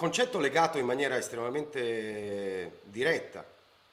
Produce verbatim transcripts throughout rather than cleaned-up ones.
Concetto legato in maniera estremamente diretta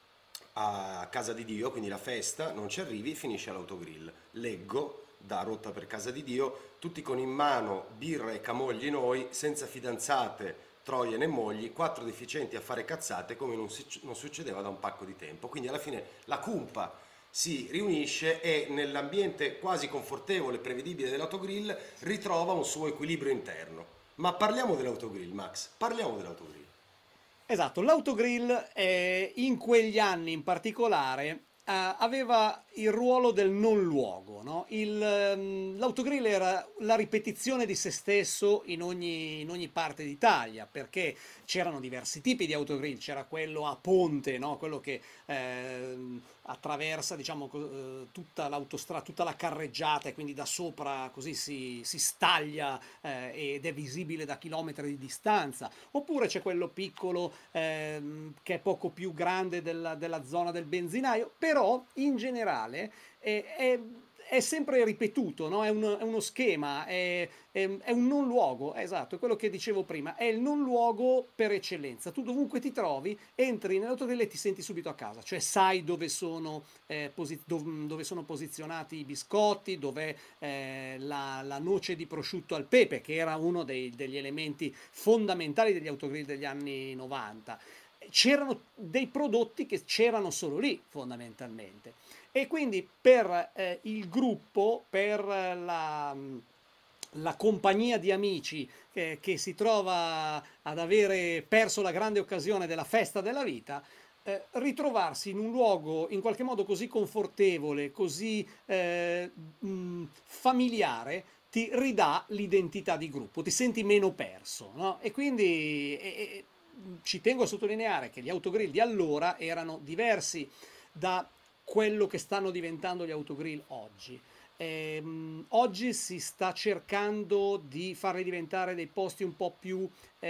a Casa di Dio, quindi la festa, non ci arrivi, finisce all'autogrill. Leggo da Rotta per Casa di Dio, tutti con in mano birra e camogli noi, senza fidanzate, troie né mogli, quattro deficienti a fare cazzate come non, si- non succedeva da un pacco di tempo. Quindi alla fine la cumpa si riunisce e nell'ambiente quasi confortevole e prevedibile dell'autogrill ritrova un suo equilibrio interno. Ma parliamo dell'autogrill, Max, parliamo dell'autogrill. Esatto, l'autogrill eh, in quegli anni in particolare eh, aveva il ruolo del non luogo, no? Il, ehm, l'autogrill era la ripetizione di se stesso in ogni, in ogni parte d'Italia, perché c'erano diversi tipi di autogrill, c'era quello a ponte, no? Quello che ehm, attraversa, diciamo, co- eh, tutta l'autostrada, tutta la carreggiata e quindi da sopra così si, si staglia eh, ed è visibile da chilometri di distanza. Oppure c'è quello piccolo ehm, che è poco più grande della, della zona del benzinaio, però in generale è, è- è sempre ripetuto, no? È, un- è uno schema, è, è- è un non luogo, esatto, è quello che dicevo prima, è il non luogo per eccellenza. Tu dovunque ti trovi, entri nell'autogrill e ti senti subito a casa, cioè sai dove sono, eh, posi- dov- dove sono posizionati i biscotti, dove eh, la, la noce di prosciutto al pepe, che era uno dei- degli elementi fondamentali degli autogrill degli anni novanta. C'erano dei prodotti che c'erano solo lì, fondamentalmente. E quindi per eh, il gruppo, per la, la compagnia di amici eh, che si trova ad avere perso la grande occasione della festa della vita, eh, ritrovarsi in un luogo in qualche modo così confortevole, così eh, mh, familiare, ti ridà l'identità di gruppo, ti senti meno perso, no? E quindi e- e- ci tengo a sottolineare che gli autogrill di allora erano diversi da quello che stanno diventando gli autogrill oggi. Ehm, oggi si sta cercando di farli diventare dei posti un po' più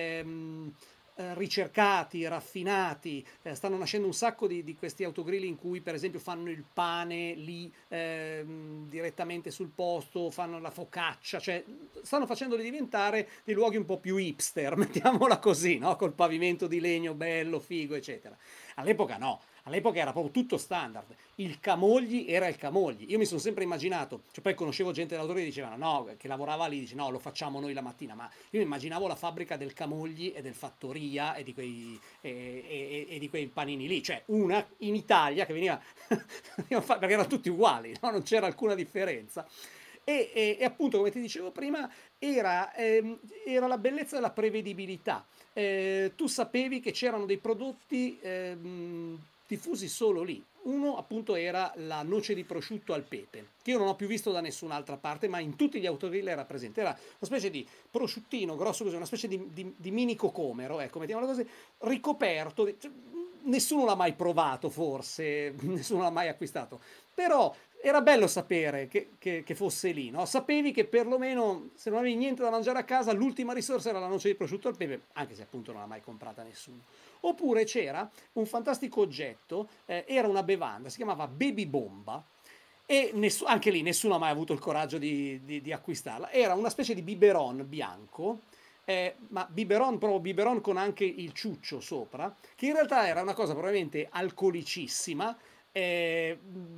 ehm, eh, ricercati, raffinati. Eh, stanno nascendo un sacco di, di questi autogrill in cui, per esempio, fanno il pane lì ehm, direttamente sul posto, fanno la focaccia, cioè stanno facendoli diventare dei luoghi un po' più hipster, mettiamola così, no? Col pavimento di legno bello, figo, eccetera. All'epoca no, all'epoca era proprio tutto standard. Il Camogli era il Camogli. Io mi sono sempre immaginato, cioè poi conoscevo gente dell'autore che dicevano no, che lavorava lì, dice no, lo facciamo noi la mattina, ma io mi immaginavo la fabbrica del Camogli e del Fattoria e di quei, e, e- e di quei panini lì, cioè una in Italia che veniva, veniva fa- perché erano tutti uguali, no? Non c'era alcuna differenza. E, e- e appunto, come ti dicevo prima, era, ehm, era la bellezza della prevedibilità. Eh, tu sapevi che c'erano dei prodotti ehm, diffusi solo lì. Uno appunto era la noce di prosciutto al pepe, che io non ho più visto da nessun'altra parte, ma in tutti gli autogrill era presente. Era una specie di prosciuttino grosso così, una specie di, di- di mini cocomero, ecco, mettiamolo così, ricoperto. di- cioè, nessuno l'ha mai provato, forse, nessuno l'ha mai acquistato. Però era bello sapere che, che- che fosse lì, no? Sapevi che perlomeno se non avevi niente da mangiare a casa, l'ultima risorsa era la noce di prosciutto al pepe, anche se appunto non l'ha mai comprata nessuno. Oppure c'era un fantastico oggetto, eh, era una bevanda, si chiamava Baby Bomba, e ness- anche lì nessuno ha mai avuto il coraggio di, di- di acquistarla. Era una specie di biberon bianco, eh, ma biberon proprio biberon con anche il ciuccio sopra, che in realtà era una cosa probabilmente alcolicissima, eh,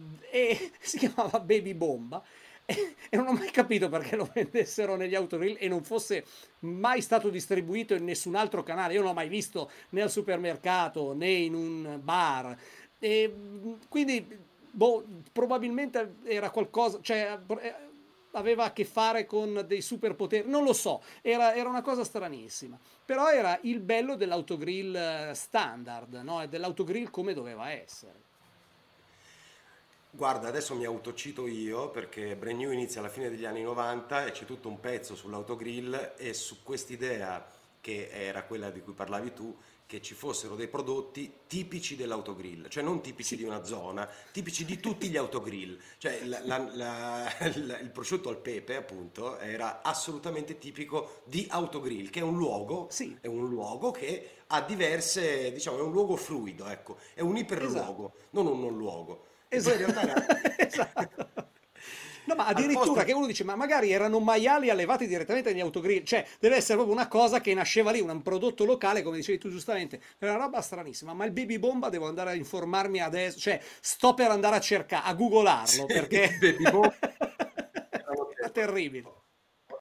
e si chiamava Baby Bomba. E e non ho mai capito perché lo vendessero negli autogrill e non fosse mai stato distribuito in nessun altro canale. Io non l'ho mai visto né al supermercato né in un bar. E, quindi, boh, probabilmente era qualcosa, cioè eh, aveva a che fare con dei superpoteri, non lo so, era, era una cosa stranissima. Però era il bello dell'autogrill eh, standard, no? E dell'autogrill come doveva essere. Guarda, adesso mi autocito io perché Brand New inizia alla fine degli anni novanta e c'è tutto un pezzo sull'autogrill e su quest'idea che era quella di cui parlavi tu, che ci fossero dei prodotti tipici dell'autogrill, cioè non tipici di Sì, una zona, tipici di tutti gli autogrill. Cioè la- la- la- la- il prosciutto al pepe, appunto, era assolutamente tipico di autogrill, che è un luogo, sì, è un luogo che ha diverse, diciamo, è un luogo fluido, ecco, è un esatto, iperluogo, non un non luogo. E poi in esatto, realtà era, esatto. No, ma Al addirittura posto che uno dice, ma magari erano maiali allevati direttamente negli autogrill, cioè deve essere proprio una cosa che nasceva lì, un prodotto locale, come dicevi tu giustamente, è una roba stranissima, ma il baby bomba devo andare a informarmi adesso, cioè sto per andare a cercare, a sì, googolarlo, i perché baby bomb erano era terribili. terribile.